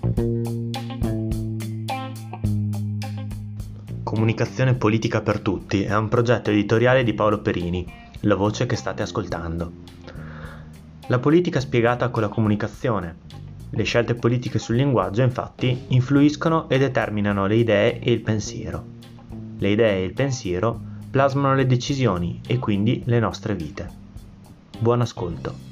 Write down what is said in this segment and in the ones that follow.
Comunicazione politica per tutti è un progetto editoriale di Paolo Perini, la voce che state ascoltando. La politica spiegata con la comunicazione. Le scelte politiche sul linguaggio, infatti, influiscono e determinano le idee e il pensiero. Le idee e il pensiero plasmano le decisioni e quindi le nostre vite. Buon ascolto.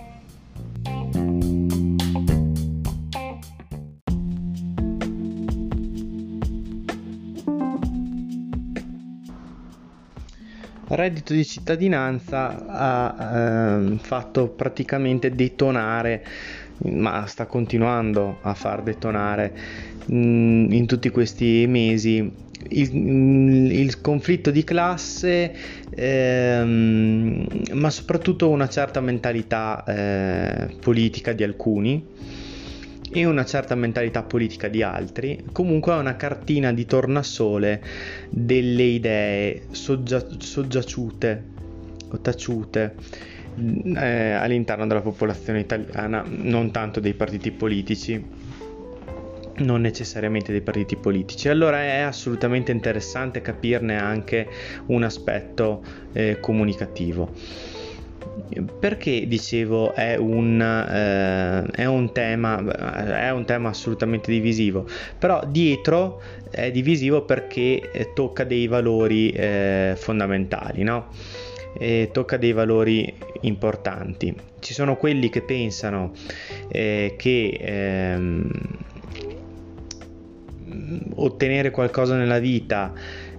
Reddito di cittadinanza ha fatto praticamente detonare, ma sta continuando a far detonare in tutti questi mesi il conflitto di classe, ma soprattutto una certa mentalità politica di alcuni e una certa mentalità politica di altri. Comunque è una cartina di tornasole delle idee soggiaciute o taciute all'interno della popolazione italiana, non tanto dei partiti politici, non necessariamente dei partiti politici. Allora è assolutamente interessante capirne anche un aspetto comunicativo. Perché dicevo è un tema assolutamente divisivo, però dietro è divisivo perché tocca dei valori fondamentali, no? Tocca dei valori importanti. Ci sono quelli che pensano che ottenere qualcosa nella vita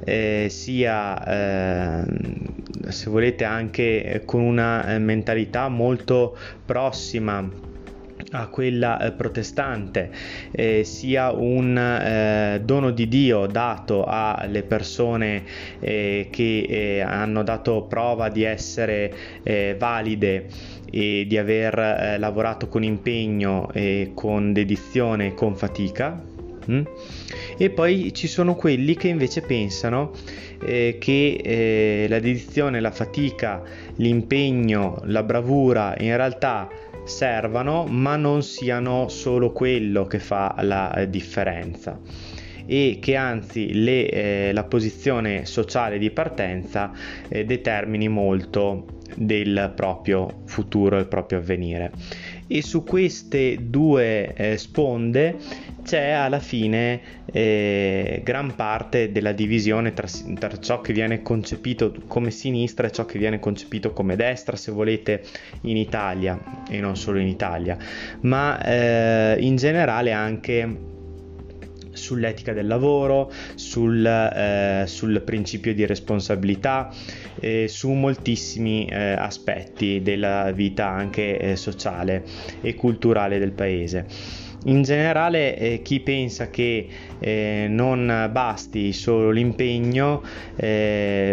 sia se volete anche con una mentalità molto prossima a quella protestante, sia un dono di Dio dato alle persone che hanno dato prova di essere valide e di aver lavorato con impegno e con dedizione e con fatica. E poi ci sono quelli che invece pensano che la dedizione, la fatica, l'impegno, la bravura in realtà servano, ma non siano solo quello che fa la differenza, e che anzi la posizione sociale di partenza determini molto del proprio futuro, il proprio avvenire. E su queste due sponde c'è alla fine gran parte della divisione tra ciò che viene concepito come sinistra e ciò che viene concepito come destra, se volete, in Italia, e non solo in Italia, ma in generale anche sull'etica del lavoro, sul principio di responsabilità, su moltissimi aspetti della vita anche sociale e culturale del paese. In generale chi pensa che non basti solo l'impegno è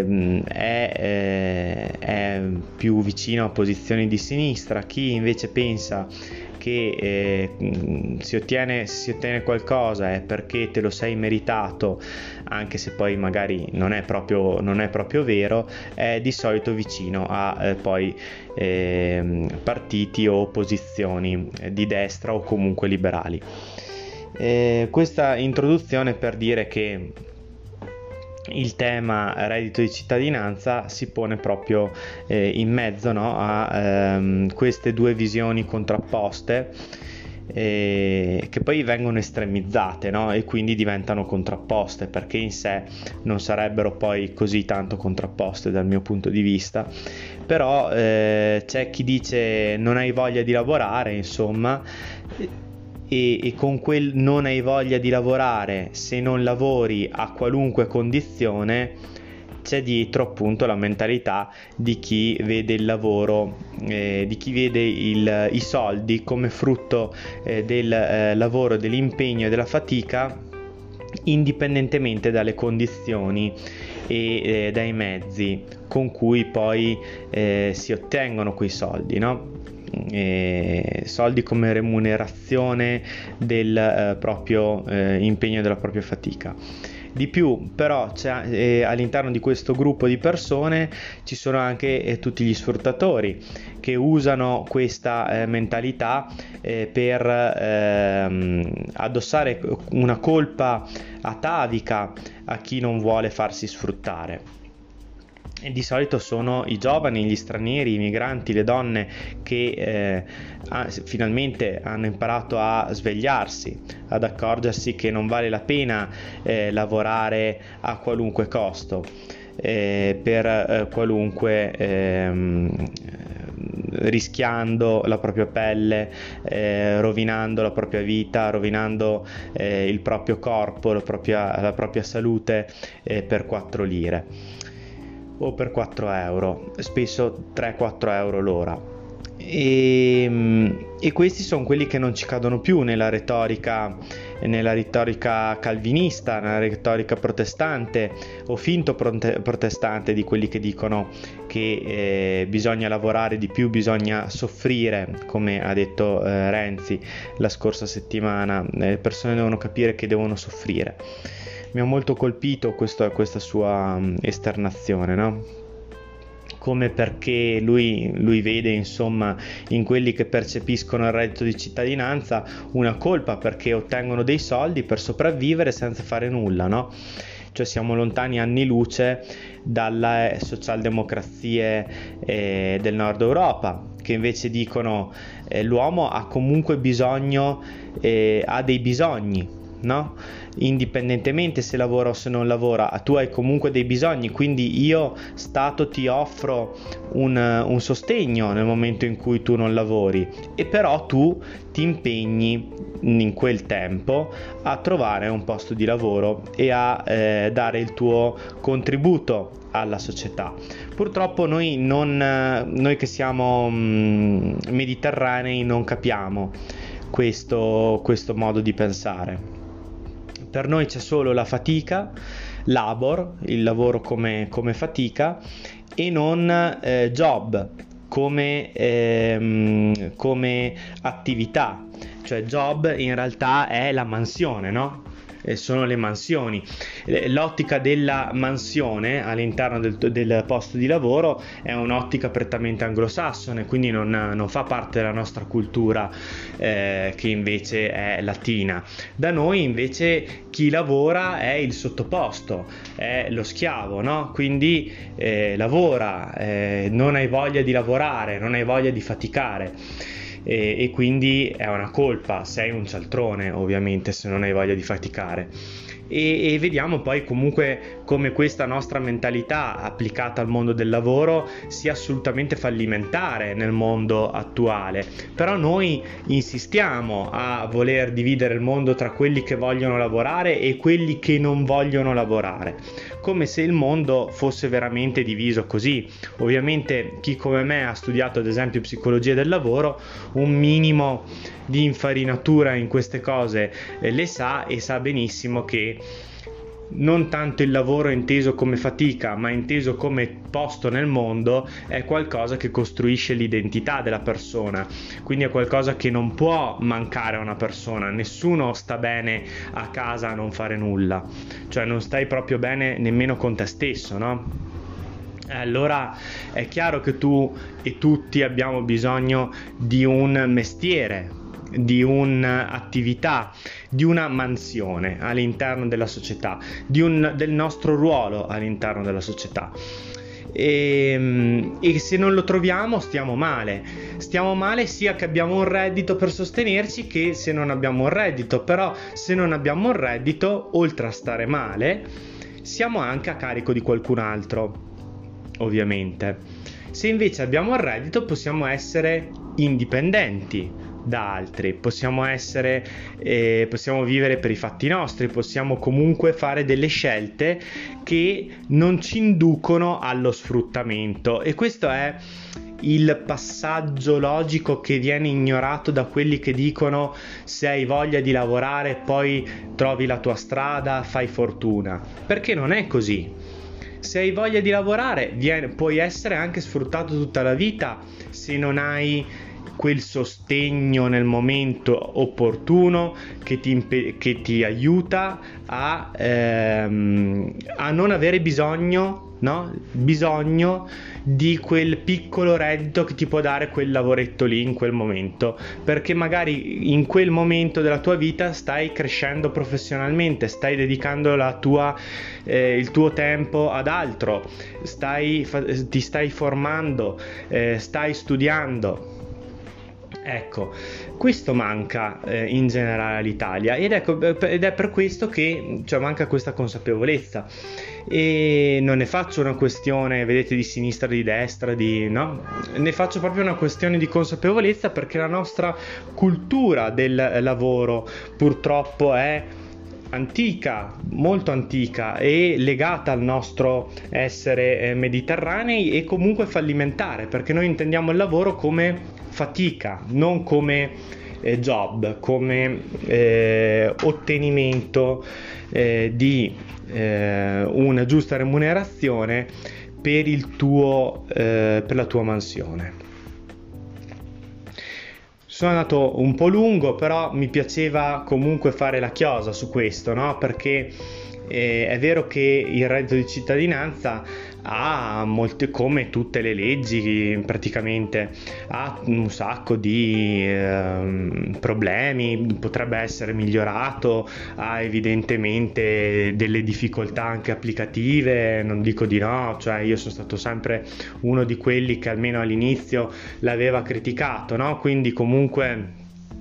più vicino a posizioni di sinistra. Chi invece pensa che si ottiene qualcosa è perché te lo sei meritato, anche se poi magari non è proprio vero, è di solito vicino a poi partiti o posizioni di destra o comunque liberali. Questa introduzione per dire che il tema reddito di cittadinanza si pone proprio in mezzo, no, a queste due visioni contrapposte che poi vengono estremizzate, no? E quindi diventano contrapposte, perché in sé non sarebbero poi così tanto contrapposte dal mio punto di vista. Però c'è chi dice non hai voglia di lavorare, insomma, e con quel non hai voglia di lavorare, se non lavori a qualunque condizione, c'è dietro appunto la mentalità di chi vede il lavoro, di chi vede i soldi come frutto del lavoro, dell'impegno e della fatica, indipendentemente dalle condizioni e dai mezzi con cui poi si ottengono quei soldi, no? Soldi come remunerazione del proprio impegno e della propria fatica. di più. Però all'interno di questo gruppo di persone ci sono anche tutti gli sfruttatori che usano questa mentalità per addossare una colpa atavica a chi non vuole farsi sfruttare. E di solito sono i giovani, gli stranieri, i migranti, le donne che finalmente hanno imparato a svegliarsi, ad accorgersi che non vale la pena lavorare a qualunque costo, per qualunque rischiando la propria pelle, rovinando la propria vita, rovinando il proprio corpo, la propria salute per 4 lire o per 4 euro, spesso 3-4 euro l'ora. E questi sono quelli che non ci cadono più nella retorica calvinista, nella retorica protestante o finto protestante di quelli che dicono che bisogna lavorare di più, bisogna soffrire, come ha detto Renzi la scorsa settimana. Le persone devono capire che devono soffrire. Mi ha molto colpito questa sua esternazione, no? Come perché lui vede, insomma, in quelli che percepiscono il reddito di cittadinanza una colpa perché ottengono dei soldi per sopravvivere senza fare nulla, no? Cioè siamo lontani anni luce dalle socialdemocrazie del nord Europa, che invece dicono l'uomo ha comunque bisogno, ha dei bisogni, no? Indipendentemente se lavora o se non lavora, tu hai comunque dei bisogni, quindi io Stato ti offro un sostegno nel momento in cui tu non lavori, e però tu ti impegni in quel tempo a trovare un posto di lavoro e a dare il tuo contributo alla società. Purtroppo noi che siamo mediterranei non capiamo questo modo di pensare. Per noi c'è solo la fatica, il lavoro come fatica, e non job come attività. Cioè job in realtà è la mansione, no? Sono le mansioni. L'ottica della mansione all'interno del posto di lavoro è un'ottica prettamente anglosassone, quindi non fa parte della nostra cultura, che invece è latina. Da noi invece chi lavora è il sottoposto, è lo schiavo, no? Quindi lavora, non hai voglia di lavorare, non hai voglia di faticare. E quindi è una colpa, sei un cialtrone ovviamente se non hai voglia di faticare. E vediamo poi comunque come questa nostra mentalità applicata al mondo del lavoro sia assolutamente fallimentare nel mondo attuale. Però noi insistiamo a voler dividere il mondo tra quelli che vogliono lavorare e quelli che non vogliono lavorare, come se il mondo fosse veramente diviso così. Ovviamente chi come me ha studiato ad esempio psicologia del lavoro un minimo di infarinatura in queste cose le sa, e sa benissimo che non tanto il lavoro inteso come fatica, ma inteso come posto nel mondo, è qualcosa che costruisce l'identità della persona, quindi è qualcosa che non può mancare a una persona. Nessuno sta bene a casa a non fare nulla, cioè non stai proprio bene nemmeno con te stesso, no? Allora è chiaro che tu e tutti abbiamo bisogno di un mestiere, di un'attività, di una mansione all'interno della società, del nostro ruolo all'interno della società. E se non lo troviamo stiamo male sia che abbiamo un reddito per sostenerci che se non abbiamo un reddito. Però se non abbiamo un reddito, oltre a stare male, siamo anche a carico di qualcun altro, ovviamente. Se invece abbiamo il reddito possiamo essere indipendenti da altri, possiamo vivere per i fatti nostri, possiamo comunque fare delle scelte che non ci inducono allo sfruttamento. E questo è il passaggio logico che viene ignorato da quelli che dicono: se hai voglia di lavorare poi trovi la tua strada, fai fortuna, perché non è così. Se hai voglia di lavorare puoi essere anche sfruttato tutta la vita se non hai quel sostegno nel momento opportuno che ti aiuta a non avere bisogno di quel piccolo reddito che ti può dare quel lavoretto lì in quel momento, perché magari in quel momento della tua vita stai crescendo professionalmente, stai dedicando il tuo tempo ad altro, ti stai formando, stai studiando. Ecco, questo manca in generale all'Italia ed è per questo che manca questa consapevolezza. E non ne faccio una questione, vedete, di sinistra, di destra, ne faccio proprio una questione di consapevolezza, perché la nostra cultura del lavoro purtroppo è antica, molto antica, e legata al nostro essere mediterranei e comunque fallimentare, perché noi intendiamo il lavoro come fatica, non come job, come ottenimento di una giusta remunerazione per la tua mansione. Sono andato un po' lungo, però mi piaceva comunque fare la chiosa su questo, no? Perché è vero che il reddito di cittadinanza ha come tutte le leggi praticamente, ha un sacco di problemi, potrebbe essere migliorato, ha evidentemente delle difficoltà anche applicative, non dico di no, io sono stato sempre uno di quelli che almeno all'inizio l'aveva criticato, no? Quindi comunque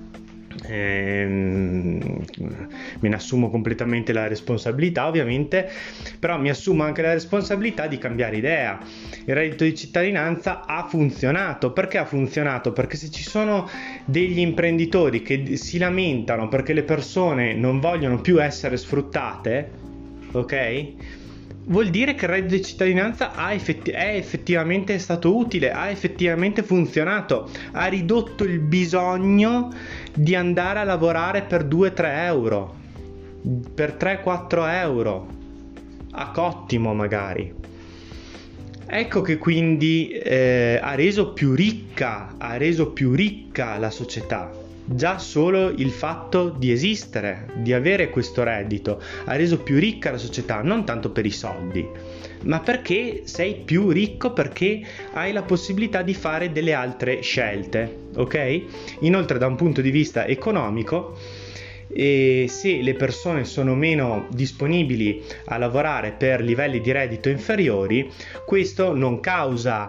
me ne assumo completamente la responsabilità, ovviamente, però mi assumo anche la responsabilità di cambiare idea. Il reddito di cittadinanza ha funzionato. Perché ha funzionato? Perché se ci sono degli imprenditori che si lamentano perché le persone non vogliono più essere sfruttate, ok? Vuol dire che il reddito di cittadinanza è effettivamente stato utile, ha effettivamente funzionato, ha ridotto il bisogno di andare a lavorare per 2-3 euro, per 3-4 euro, a cottimo magari. Ecco che quindi ha reso più ricca la società. Già solo il fatto di esistere, di avere questo reddito, ha reso più ricca la società, non tanto per i soldi, ma perché sei più ricco, perché hai la possibilità di fare delle altre scelte, ok? Inoltre, da un punto di vista economico, se le persone sono meno disponibili a lavorare per livelli di reddito inferiori, questo non causa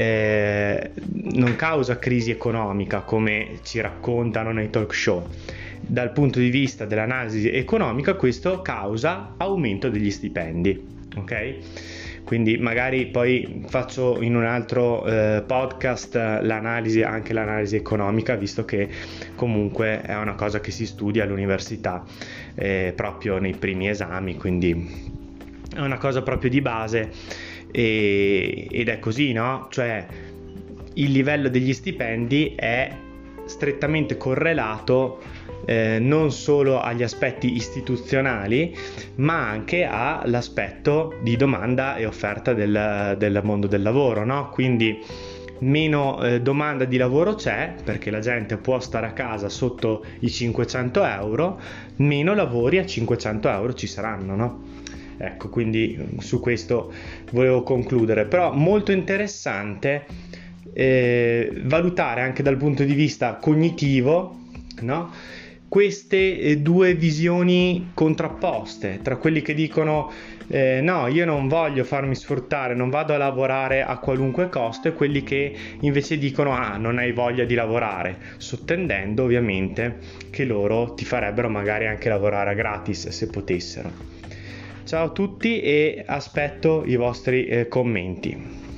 crisi economica come ci raccontano nei talk show. Dal punto di vista dell'analisi economica, questo causa aumento degli stipendi, ok? Quindi magari poi faccio in un altro podcast anche l'analisi economica, visto che comunque è una cosa che si studia all'università proprio nei primi esami, quindi è una cosa proprio di base. Ed è così, no? Il livello degli stipendi è strettamente correlato non solo agli aspetti istituzionali, ma anche all'aspetto di domanda e offerta del mondo del lavoro, no? Quindi meno domanda di lavoro c'è, perché la gente può stare a casa sotto i 500 euro, meno lavori a 500 euro ci saranno, no? Ecco, quindi su questo volevo concludere, però molto interessante valutare anche dal punto di vista cognitivo, no? Queste due visioni contrapposte, tra quelli che dicono no, io non voglio farmi sfruttare, non vado a lavorare a qualunque costo, e quelli che invece dicono non hai voglia di lavorare, sottendendo ovviamente che loro ti farebbero magari anche lavorare a gratis se potessero. Ciao a tutti e aspetto i vostri commenti.